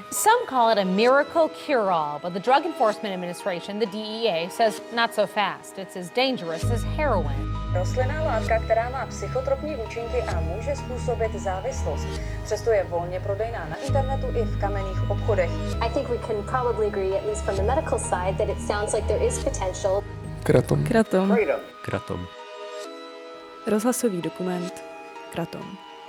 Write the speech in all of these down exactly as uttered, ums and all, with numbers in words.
Some call it a miracle cure-all, but the Drug Enforcement Administration, the D E A, says not so fast. It's as dangerous as heroin. Rostlinná látka, která má psychotropní účinky a může způsobit závislost. Přesto je volně prodejná na internetu i v kamenných obchodech. I think we can probably agree, at least from the medical side, that it sounds like there is potential. Kratom. Kratom. Kratom. Rozhlasový dokument Kratom.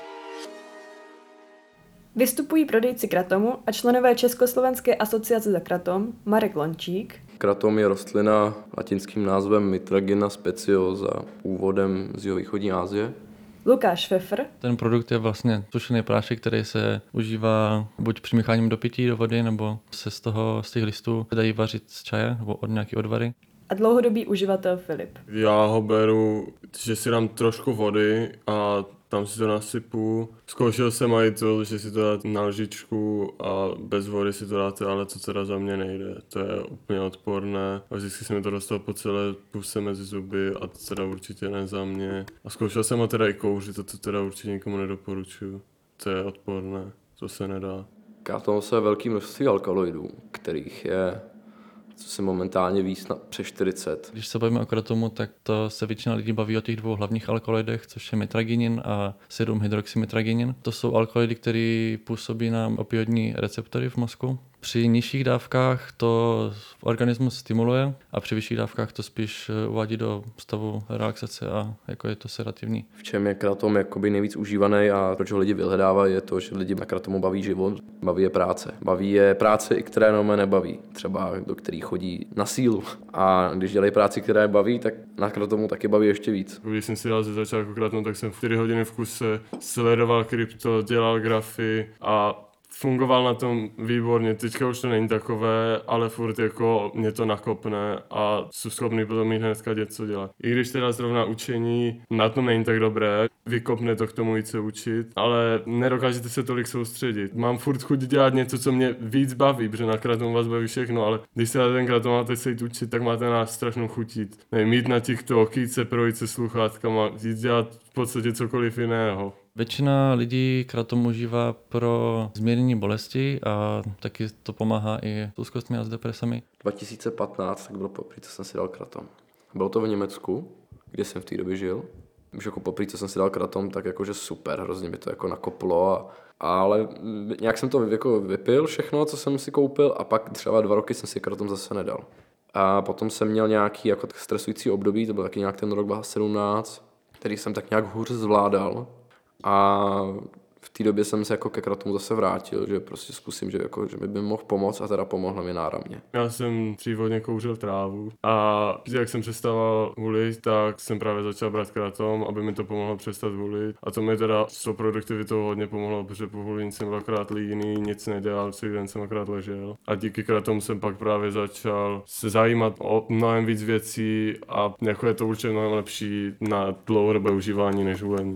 Vystupují prodejci kratomu a členové Československé asociace za kratom Marek Lončík. Kratom je rostlina latinským názvem Mitragina speciosa, původem z jihovýchodní Asie. Lukáš Pfeffer. Ten produkt je vlastně sušený prášek, který se užívá buď přimícháním do pití, do vody, nebo se z toho, z těch listů dají vařit z čaje nebo od nějaké odvary. A dlouhodobý uživatel Filip. Já ho beru, že si dám trošku vody a tam si to nasypu. Zkoušel jsem i to, že si to dáte na lžičku a bez vody si to dáte, ale to teda za mě nejde. To je úplně odporné a vždycky se mi to dostalo po celé puse mezi zuby a to teda určitě ne za mě. A zkoušel jsem ho teda i kouřit a to teda určitě nikomu nedoporučuju. To je odporné, to se nedá. Kratom se velký množství alkaloidů, kterých je, co se momentálně víc na přes čtyřicet. Když se bavíme o kratomu, tak to se většina lidí baví o těch dvou hlavních alkaloidech, což je mitraginin a sedm hydroxymitraginin. To jsou alkaloidy, které působí na opioidní receptory v mozku. Při nižších dávkách to organismus stimuluje a při vyšších dávkách to spíš uvádí do stavu relaxace a jako je to sedativní. V čem je kratom jakoby nejvíc užívaný a proč ho lidi vyhledávají, je to, že lidi na kratomu baví život, baví je práce. Baví je práce, i které normálně nebaví, třeba do který chodí na sílu. A když dělají práci, která je baví, tak na kratomu taky baví ještě víc. Když jsem si dal ze začátku kratom, tak jsem čtyři hodiny v kuse sledoval krypto, dělal grafy a fungoval na tom výborně, teďka už to není takové, ale furt jako mě to nakopne a jsou schopný potom mít hnedka něco dělat. I když teda zrovna učení na tom není tak dobré, vykopne to k tomu víc se učit, ale nedokážete se tolik soustředit. Mám furt chuť dělat něco, co mě víc baví, protože na kratom vás baví všechno, ale když se na ten kratom máte se jít učit, tak máte nás strašnou chutít. Ne, mít na TikTok, jít se projít se sluchátkama, jít dělat v podstatě cokoliv jiného. Většina lidí kratom užívá pro zmírnění bolesti a taky to pomáhá i s úzkostmi a s depresemi. dva tisíce patnáct tak bylo poprvé, co jsem si dal kratom. Bylo to v Německu, kde jsem v té době žil. Už jako poprvé, co jsem si dal kratom, tak jakože super, hrozně mi to jako nakoplo. A, ale nějak jsem to jako vypil všechno, co jsem si koupil a pak třeba dva roky jsem si kratom zase nedal. A potom jsem měl nějaký jako stresující období, to byl taky nějak ten rok dva tisíce sedmnáct, který jsem tak nějak hůř zvládal. A v té době jsem se jako ke kratomu zase vrátil, že prostě zkusím, že, jako, že by mi mohl pomoct a teda pomohl mi náramně. Já jsem přívodně kouřil trávu a jak jsem přestával hulit, tak jsem právě začal brát kratom, aby mi to pomohlo přestat hulit. A to mi teda s tou produktivitou hodně pomohlo, protože po hulení jsem byl akorát líný, nic nedělal, celý den jsem akorát ležel. A díky kratomu jsem pak právě začal se zajímat o mnohem víc věcí a jako je to určitě mnohem lepší na dlouhodobé užívání než hulení.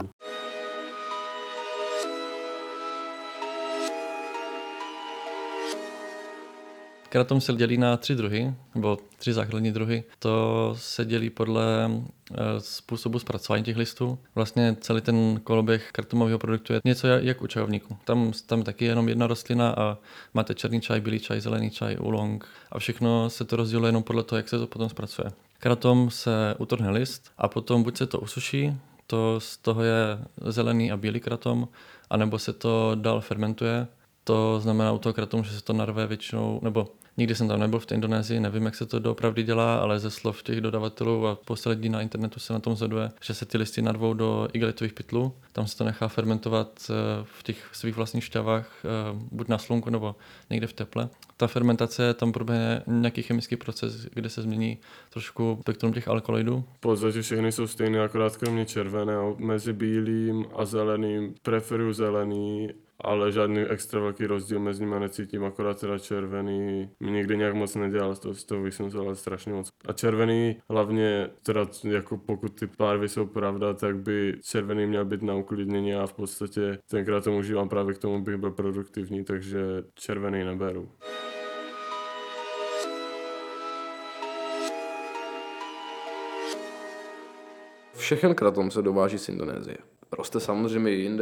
Kratom se dělí na tři druhy, nebo tři základní druhy. To se dělí podle e, způsobu zpracování těch listů. Vlastně celý ten koloběh kratomového produktu je něco jak u čajovníku. Tam, tam taky jenom jedna rostlina a máte černý čaj, bílý čaj, zelený čaj, oolong a všechno se to rozděluje jenom podle toho, jak se to potom zpracuje. Kratom se utrhne list a potom buď se to usuší, to z toho je zelený a bílý kratom, anebo se to dál fermentuje. To znamená u toho kratomu, že se to narve většinou, nebo nikdy jsem tam nebyl v té Indonésii, nevím, jak se to doopravdy dělá, ale ze slov těch dodavatelů a spousta lidí na internetu se na tom shoduje, že se ty listy narvou do igelitových pytlů, tam se to nechá fermentovat v těch svých vlastních šťavách, buď na slunku nebo někde v teple. Ta fermentace, tam proběhne nějaký chemický proces, kde se změní trošku spektrum těch alkaloidů. V podstatě všechny jsou stejné, akorát kromě červené, mezi bílým a zeleným preferuju zelený, ale žádný extra velký rozdíl mezi nimi necítím, akorát teda červený mi nikdy nějak moc nedělal, z toho, z toho jsem ale strašně moc. A červený hlavně, teda jako pokud ty párvy jsou pravda, tak by červený měl být na uklidnění a v podstatě tenkrát to užívám právě k tomu, bych byl produktivní, takže červený neberu. Všechen kratom se dováží z Indonésie. Roste samozřejmě i jinde,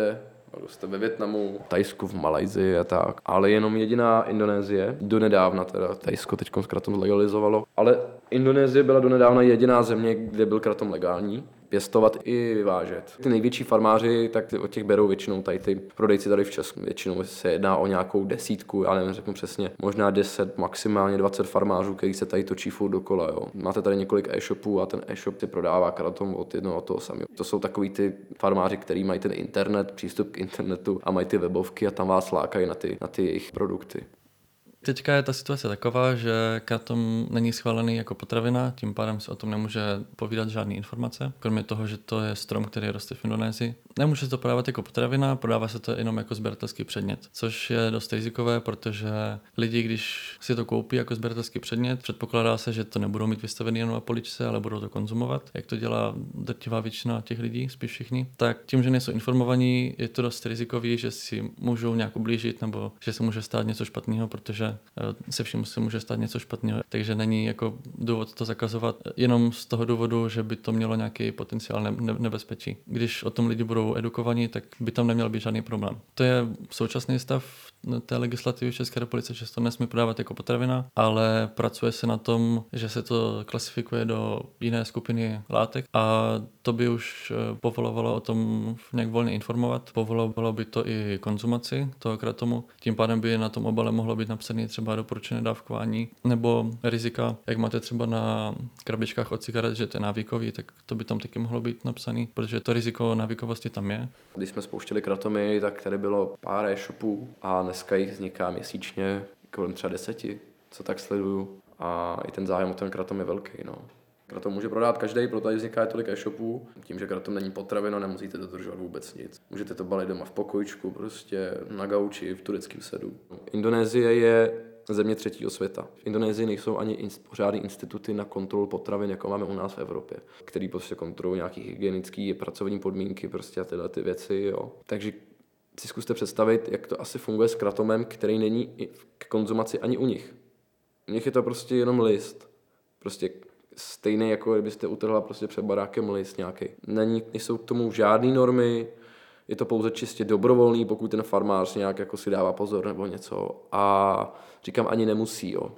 Roste ve Vietnamu, Thajsku, v Malajsii a tak. Ale jenom jediná Indonésie, donedávna teda, Thajsko teď s kratom legalizovalo, ale Indonésie byla donedávna jediná země, kde byl kratom legální. Pěstovat i vyvážet. Ty největší farmáři, tak od těch berou většinou tady ty prodejci tady v Česku. Většinou se jedná o nějakou desítku, já nevím, řeknu přesně, možná deset, maximálně dvacet farmářů, který se tady točí furt dokola. Jo. Máte tady několik e-shopů a ten e-shop si prodává kratom od jednoho toho samého. To jsou takový ty farmáři, kteří mají ten internet, přístup k internetu a mají ty webovky a tam vás lákají na ty, na ty jejich produkty. Teďka je ta situace taková, že kratom není schválený jako potravina, tím pádem se o tom nemůže povídat žádné informace, kromě toho, že to je strom, který roste v Indonésii. Nemůže se to prodávat jako potravina, prodává se to jenom jako sběratelský předmět, což je dost rizikové, protože lidi, když si to koupí jako sběratelský předmět, předpokládá se, že to nebudou mít vystavený jenom na poličce, ale budou to konzumovat, jak to dělá drtivá většina těch lidí, spíš všichni. Tak tím, že nejsou informovaní, je to dost rizikový, že si můžou nějak ublížit nebo že se může stát něco špatného, protože se vším se může stát něco špatného, takže není jako důvod to zakazovat jenom z toho důvodu, že by to mělo nějaký potenciál ne- nebezpečí. Když o tom lidi budou edukovaní, tak by tam neměl být žádný problém. To je současný stav té legislativy v České republice, že se to nesmí prodávat jako potravina, ale pracuje se na tom, že se to klasifikuje do jiné skupiny látek a to by už povolovalo o tom nějak volně informovat. Povolovalo by to i konzumaci toho kratomu. Tím pádem by na tom obale mohlo být napsané třeba doporučené dávkování nebo rizika, jak máte třeba na krabičkách od cigaret, že to je návykový, tak to by tam taky mohlo být napsané, protože to riziko návykovosti tam je. Když jsme spouštěli kratomy, tak tady bylo pár e-shopů a dneska jich vzniká měsíčně kolem třeba deseti, co tak sleduju. A i ten zájem o ten kratom je velký. No. Kratom může prodat každý, proto tady vzniká tolik e-shopů. Tím, že kratom není potravina, nemusíte dodržovat vůbec nic. Můžete to balit doma v pokojičku, prostě na gauči, v tureckém sedu. Indonésie je země třetího světa. V Indonésii nejsou ani inst- pořádný instituty na kontrolu potravin, jako máme u nás v Evropě, který prostě kontrolují nějaké hygienické pracovní podmínky, prostě a tyhle ty věci. Jo. Takže si zkuste představit, jak to asi funguje s kratomem, který není k konzumaci ani u nich. U nich je to prostě jenom list. Prostě stejný, jako kdybyste utrhla prostě před barákem list nějaký. Není, nejsou k tomu žádné normy, je to pouze čistě dobrovolný, pokud ten farmář nějak jako si dává pozor nebo něco. A říkám, ani nemusí, jo.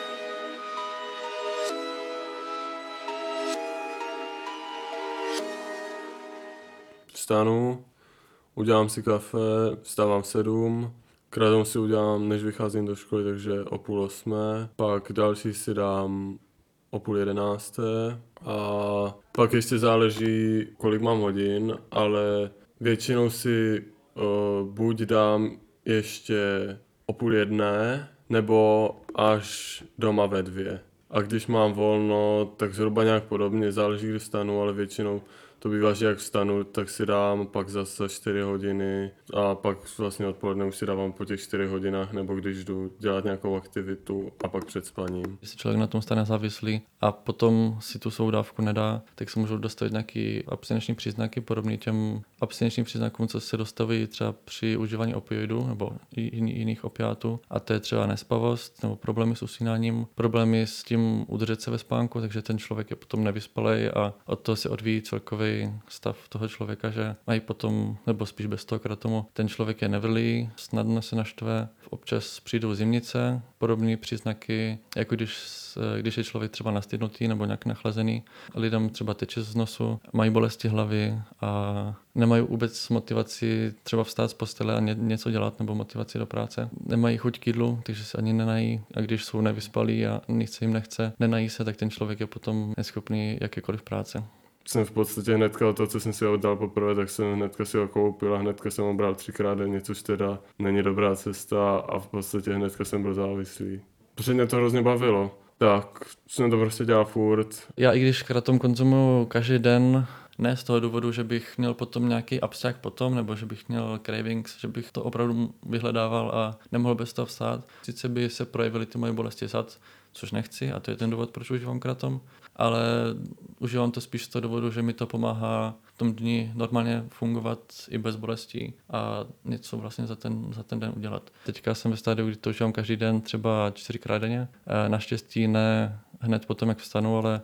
Vstanu, udělám si kafe, vstávám v sedm, kratom si udělám, než vycházím do školy, takže o půl osmé, pak další si dám o půl jedenácté a pak ještě záleží, kolik mám hodin, ale většinou si uh, buď dám ještě o půl jedné, nebo až doma ve dvě. A když mám volno, tak zhruba nějak podobně, záleží, kdy vstanu, ale většinou to bývá, že jak vstanu, tak si dám pak zase čtyři hodiny a pak vlastně odpoledne už si dávám po těch čtyřech hodinách, nebo když jdu dělat nějakou aktivitu a pak před spaním. Když se člověk na tom stane závislý a potom si tu svou dávku nedá, tak se můžou dostavit nějaké abstinenční příznaky, podobné těm abstinenčním příznakům, co se dostaví třeba při užívání opioidů nebo jiných opiátů. A to je třeba nespavost nebo problémy s usínáním, problémy s tím udržet se ve spánku, takže ten člověk je potom nevyspalej a od toho se odvíjí celkový stav toho člověka, že mají potom, nebo spíš bez toho kratomu, ten člověk je nevrlý, snadno se naštve, občas přijdou zimnice, podobné příznaky, jako když, když je člověk třeba nastydnutý nebo nějak nachlazený, lidem třeba teče z nosu, mají bolesti hlavy a nemají vůbec motivaci třeba vstát z postele a ně, něco dělat nebo motivaci do práce. Nemají chuť k jídlu, takže se ani nenají a když jsou nevyspalí a nic se jim nechce, nenají se, tak ten člověk je potom neschopný jakékoliv práce. Jsem v podstatě hnedka to, co jsem si oddal poprvé, tak jsem hnedka si ho koupil a hnedka jsem ho bral třikrát denně, což teda není dobrá cesta a v podstatě hnedka jsem byl závislý. Protože mě to hrozně bavilo, tak jsem to prostě dělal furt. Já i když kratom konzumuju každý den, ne z toho důvodu, že bych měl potom nějaký abstrakt potom, nebo že bych měl cravings, že bych to opravdu vyhledával a nemohl bez toho vstát. Sice by se projevily ty moje bolesti zad, což nechci a to je ten důvod, proč užívám kratom, ale užívám to spíš z toho důvodu, že mi to pomáhá v tom dni normálně fungovat i bez bolestí a něco vlastně za ten, za ten den udělat. Teďka jsem ve stádiu, kdy to užívám každý den, třeba čtyřikrát denně. Naštěstí ne hned potom, jak vstanu, ale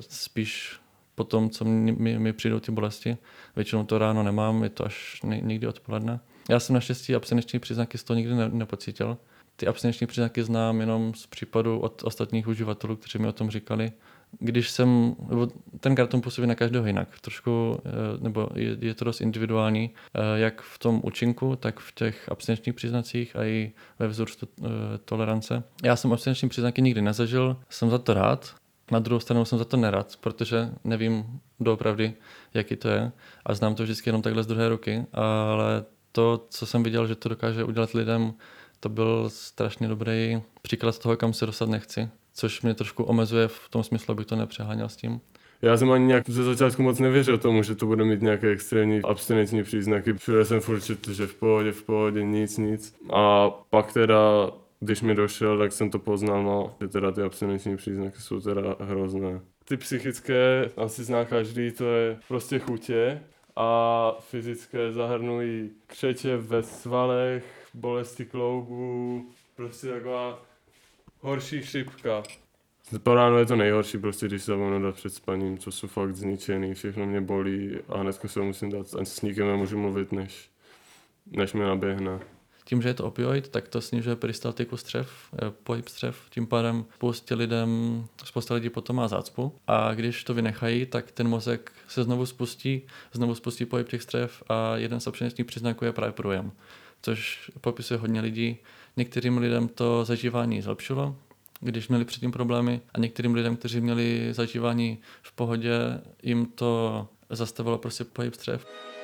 spíš potom, co mi, mi přijdou ty bolesti. Většinou to ráno nemám, je to až někdy odpoledne. Já jsem naštěstí abstinenční příznaky z toho nikdy ne- nepocítil. Ty abstinenční příznaky znám jenom z případu od ostatních uživatelů, kteří mi o tom říkali. Když jsem, nebo ten karton působí na každého jinak, trošku, nebo je, je to dost individuální, jak v tom účinku, tak v těch abstinenčních příznacích a i ve vzrůstu tolerance. Já jsem abstinenční příznaky nikdy nezažil, jsem za to rád. Na druhou stranu jsem za to nerad, protože nevím doopravdy, jaký to je a znám to vždycky jenom takhle z druhé ruky, ale to, co jsem viděl, že to dokáže udělat lidem, to byl strašně dobrý příklad toho, kam se dostat nechci, což mě trošku omezuje v tom smyslu, abych to nepřeháněl s tím. Já jsem ani nějak ze začátku moc nevěřil tomu, že to bude mít nějaké extrémní abstinenční příznaky. Všude jsem furt četl, že v pohodě, v pohodě, nic, nic. A pak teda, když mi došel, tak jsem to poznal, no, že teda ty abstinenční příznaky jsou teda hrozné. Ty psychické asi zná každý, to je prostě chutě a fyzické zahrnují křeče ve svalech, bolesti kloubů, prostě taková horší chřipka. Po ránu je to nejhorší, prostě když se mám dát před spaním, co jsou fakt zničený, všechno mě bolí a hnedka se musím dát a s nikým nemůžu mluvit, než, než mi naběhne. Tím, že je to opioid, tak to snižuje peristaltiku střev, pohyb střev, tím pádem spoustě lidem, spousta lidí potom má zácpu a když to vynechají, tak ten mozek se znovu spustí, znovu spustí pohyb těch střev a jeden z abstinenčních příznaků je právě průjem, což popisuje hodně lidí. Některým lidem to zažívání zlepšilo, když měli předtím problémy a některým lidem, kteří měli zažívání v pohodě, jim to zastavilo prostě pohyb střev.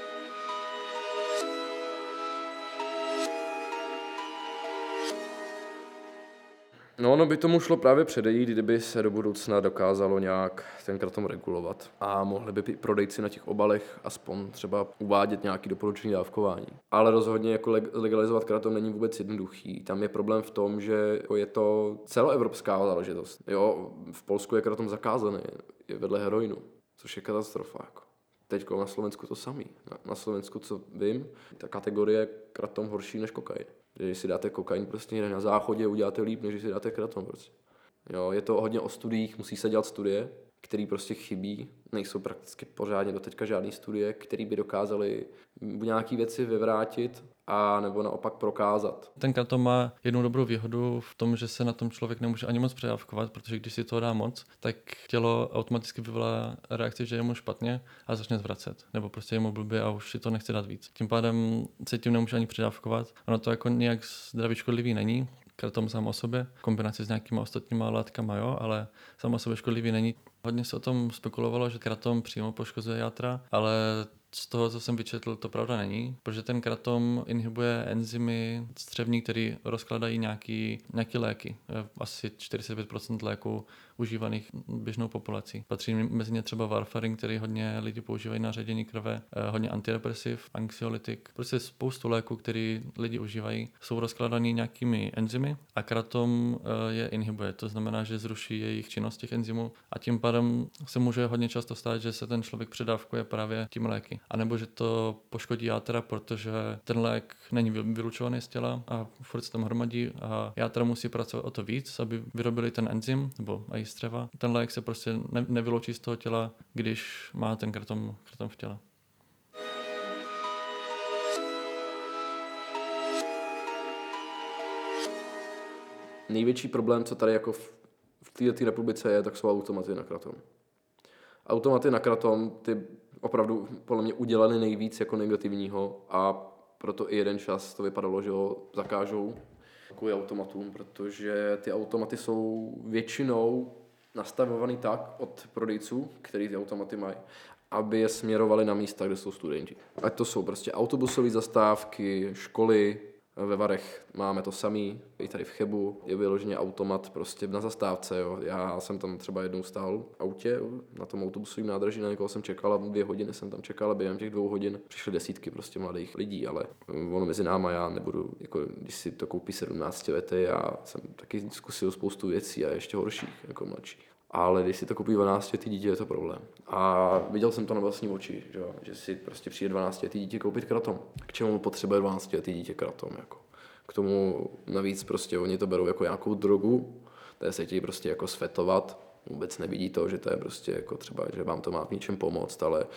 No, ono by tomu šlo právě předejít, kdyby se do budoucna dokázalo nějak ten kratom regulovat. A mohli by prodejci na těch obalech aspoň třeba uvádět nějaké doporučení dávkování. Ale rozhodně jako legalizovat kratom není vůbec jednoduchý. Tam je problém v tom, že je to celoevropská záležitost. Jo, v Polsku je kratom zakázaný, je vedle heroinu, což je katastrofa. Jako. Teď na Slovensku to samý. Na, na Slovensku, co vím, ta kategorie je kratom horší než kokain. Když si dáte kokain prostě někde na záchodě, uděláte líp, než když si dáte kratom prostě. Jo, je to hodně o studiích, musí se dělat studie, které prostě chybí. Nejsou prakticky pořádně doteďka žádné studie, které by dokázaly nějaké věci vyvrátit a nebo naopak prokázat. Ten kratom má jednu dobrou výhodu v tom, že se na tom člověk nemůže ani moc předávkovat, protože když si toho dá moc, tak tělo automaticky vyvolá reakci, že je mu špatně a začne zvracet. Nebo prostě je mu blbě a už si to nechce dát víc. Tím pádem se tím nemůže ani předávkovat. Ono to jako nějak zdraví škodlivý není. Kratom sám o sobě, v kombinaci s nějakýma ostatníma látkama, jo, ale sám o sobě škodlivý není. Hodně se o tom spekulovalo, že kratom přímo poškozuje játra, ale z toho, co jsem vyčetl, to pravda není, protože ten kratom inhibuje enzymy střevní, které rozkladají nějaký, nějaký léky. Asi čtyřicet pět procent léků užívaných běžnou populací. Patří mezi ně třeba warfarin, který hodně lidi používají na ředění krve, hodně antidepresiv, anxiolytik. Prostě spoustu léků, který lidi užívají, jsou rozkladaný nějakými enzymy a kratom je inhibuje. To znamená, že zruší jejich činnost těch enzymů a tím pádem se může hodně často stát, že se ten člověk předávkuje právě tím léky. A nebo že to poškodí játra, protože ten lék není vylučovaný z těla a furt se tam hromadí a játra musí pracovat o to víc, aby vyrobili ten enzym nebo i střeva. Ten lék se prostě ne- nevyloučí z toho těla, když má ten kratom, kratom v těle. Největší problém, co tady jako v, v této republice je, tak jsou automaty na kratom. Automaty na kratom, ty opravdu podle mě udělali nejvíc jako negativního a proto i jeden čas to vypadalo, že ho zakážou kvůli automatům, protože ty automaty jsou většinou nastavovaný tak od prodejců, který ty automaty mají, aby je směrovali na místa, kde jsou studenti. Ať to jsou prostě autobusové zastávky, školy, ve Varech máme to samý, i tady v Chebu je vyloženě automat prostě na zastávce. Jo. Já jsem tam třeba jednou stál v autě, jo, na tom autobusovém nádraží, na někoho jsem čekal a dvě hodiny jsem tam čekal a během těch dvou hodin přišly desítky prostě mladých lidí, ale ono mezi náma já nebudu, jako když si to koupí sedmnáctiletý, já jsem taky zkusil spoustu věcí a ještě horších jako mladších. Ale když si to koupí dvanáctiletý dítě, je to problém. A viděl jsem to na vlastní oči, že, jo? Že si prostě přijde dvanáctiletý dítě koupit kratom. K čemu potřebuje dvanáctiletý dítě kratom? Jako? K tomu navíc prostě oni to berou jako nějakou drogu, té se chtějí prostě jako svetovat. Vůbec nevidí to, že to je prostě jako třeba, že vám to má v něčem pomoct, ale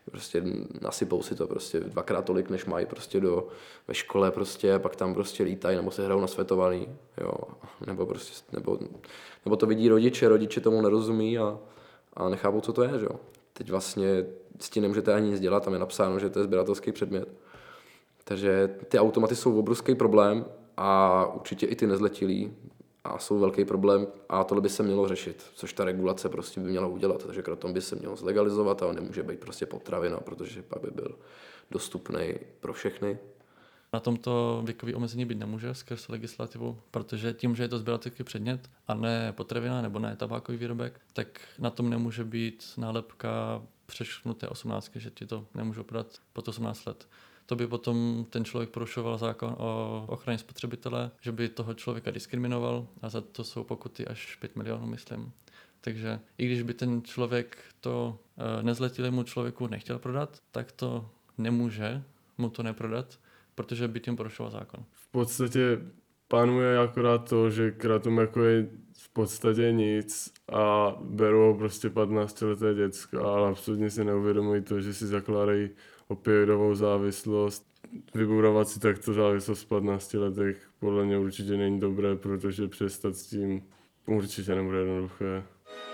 prostě nasypou si to prostě dvakrát tolik, než mají prostě do, ve škole prostě, pak tam prostě lítají nebo se hrajou na světovaný, jo, nebo prostě, nebo, nebo to vidí rodiče, rodiče tomu nerozumí a, a nechápou, co to je, že jo. Teď vlastně s tím nemůžete ani nic dělat, tam je napsáno, že to je sběratelský předmět. Takže ty automaty jsou obrovský problém a určitě i ty nezletilí a jsou velký problém a tohle by se mělo řešit, což ta regulace prostě by měla udělat, takže kratom by se mělo zlegalizovat, ale nemůže být prostě potravina, protože pak by byl dostupný pro všechny. Na tomto věkové omezení být nemůže skrz legislativu, protože tím, že je to sběratelský předmět a ne potravina nebo ne tabákový výrobek, tak na tom nemůže být nálepka přešknuté osmnáctky, že ti to nemůžou prodat pod osmnáct let. To by potom ten člověk porušoval zákon o ochraně spotřebitele, že by toho člověka diskriminoval a za to jsou pokuty až pět milionů, myslím. Takže i když by ten člověk to nezletilému člověku nechtěl prodat, tak to nemůže mu to neprodat, protože by tím porušoval zákon. V podstatě panuje akorát to, že kratom jako je v podstatě nic a berou ho prostě patnáctileté děcka, ale absolutně si neuvědomují to, že si zakládají opioidovou závislost. Vybudovat si takto závislost v patnácti letech podle mě určitě není dobré, protože přestat s tím určitě nebude jednoduché.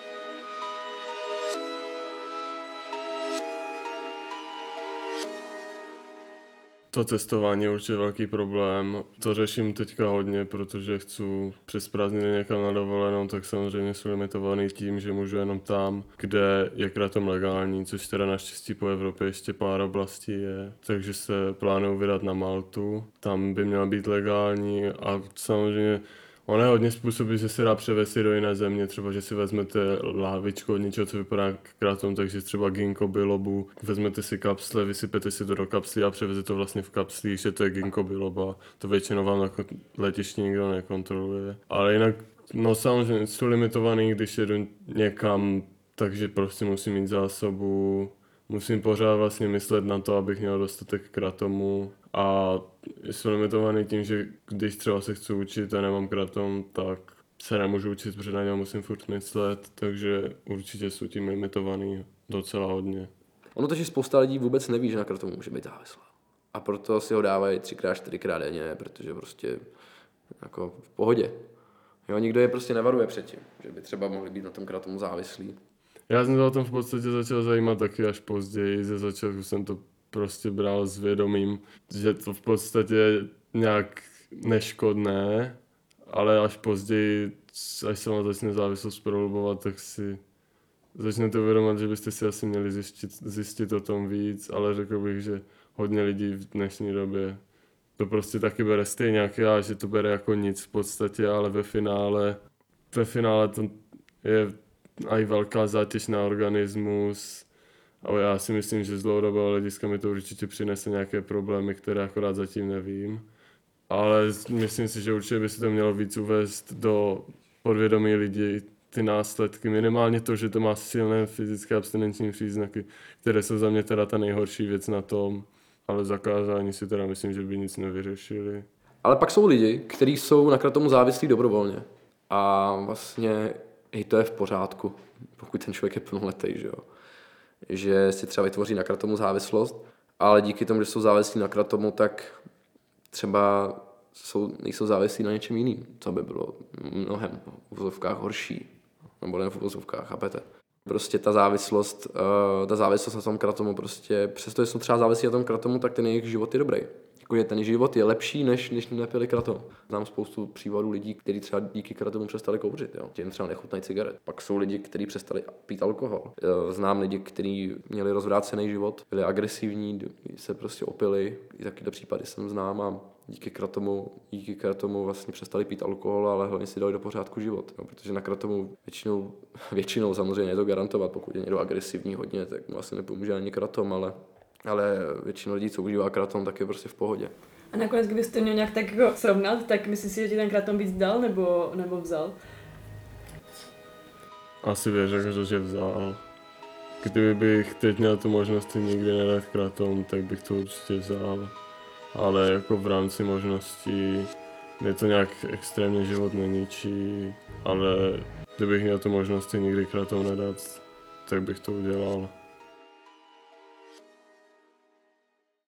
To cestování je určitě velký problém. To řeším teďka hodně, protože chci přes prázdniny někam na dovolenou, tak samozřejmě jsou limitovaný tím, že můžu jenom tam, kde je kratom legální, což teda naštěstí po Evropě ještě pár oblastí je. Takže se plánuju vydat na Maltu, tam by měla být legální a samozřejmě ono je hodně způsobů, že se dá převést do jiné země, třeba že si vezmete lávičku od něčeho, co vypadá jak kratom, takže třeba ginkgo bilobu, vezmete si kapsle, vysypete si to do kapslí a převezete to vlastně v kapslích, že to je ginkgo biloba. To většinou vám jako letiště nikdo nekontroluje. Ale jinak, no samozřejmě jsou limitovaný, když jedu někam, takže prostě musím mít zásobu, musím pořád vlastně myslet na to, abych měl dostatek kratomu. A jsou limitovaný tím, že když třeba se chci učit a nemám kratom, tak se nemůžu učit, protože na něm musím furt myslet, takže určitě jsou tím limitovaný docela hodně. Ono to, že spousta lidí vůbec neví, že na kratomu může být závislá. A proto si ho dávají třikrát, čtyřikrát denně, protože prostě jako v pohodě. Jo, nikdo je prostě nevaruje před tím, že by třeba mohli být na tom kratomu závislí. Já jsem se o tom v podstatě začal zajímat taky až později, ze začátku jsem to prostě bral s vědomím, že to v podstatě nějak neškodné, ale až později, až se vám začne závislost prohlubovat, tak si začnete uvědomovat, že byste si asi měli zjistit, zjistit o tom víc, ale řekl bych, že hodně lidí v dnešní době to prostě taky bere stejně jak já, že to bere jako nic v podstatě, ale ve finále, ve finále to je i velká zátěž na organismus. Ale já si myslím, že z dlouhodobého hlediska mi to určitě přinese nějaké problémy, které akorát zatím nevím. Ale myslím si, že určitě by se to mělo víc uvést do podvědomí lidí ty následky. Minimálně to, že to má silné fyzické abstinenční příznaky, které jsou za mě teda ta nejhorší věc na tom. Ale zakázání si teda myslím, že by nic nevyřešili. Ale pak jsou lidi, kteří jsou na kratomu závislí dobrovolně. A vlastně i to je v pořádku, pokud ten člověk je plnoletý, že jo. Že si třeba vytvoří na kratomu závislost, ale díky tomu, že jsou závislí na kratomu, tak třeba jsou, nejsou závislí na něčem jiným, co by bylo mnohem v uvozovkách horší, nebo ne v uvozovkách, chápete? Prostě ta závislost, uh, ta závislost na tom kratomu, prostě přestože jsou třeba závislí na tom kratomu, tak ten jejich život je dobrý. Jakože ten život je lepší, než když nepili kratom. Znám spoustu případů lidí, kteří třeba díky kratomu přestali kouřit, jo. Těm třeba nechutnají cigaret. Pak jsou lidi, kteří přestali pít alkohol. Znám lidi, kteří měli rozvrácený život, byli agresivní, se prostě opili. I takovýhle případy jsem znám a díky kratomu, díky kratomu vlastně přestali pít alkohol, ale hlavně si dali do pořádku život. Jo. Protože na kratomu většinou, většinou samozřejmě je to garantovat, pokud je někdo agresivní hodně, tak mu asi nepomůže ani kratom, ale ale většina lidí, co užívá kratom, tak je prostě v pohodě. A nakonec, kdybyste měl nějak tak jako srovnat, tak myslíš si, že ti ten kratom víc dal nebo, nebo vzal? Asi bych řekl, že vzal. Kdybych teď měl tu možnost nikdy nedat kratom, tak bych to určitě vzal. Ale jako v rámci možností mě to nějak extrémně život neničí, ale kdybych měl tu možnost nikdy kratom nedat, tak bych to udělal.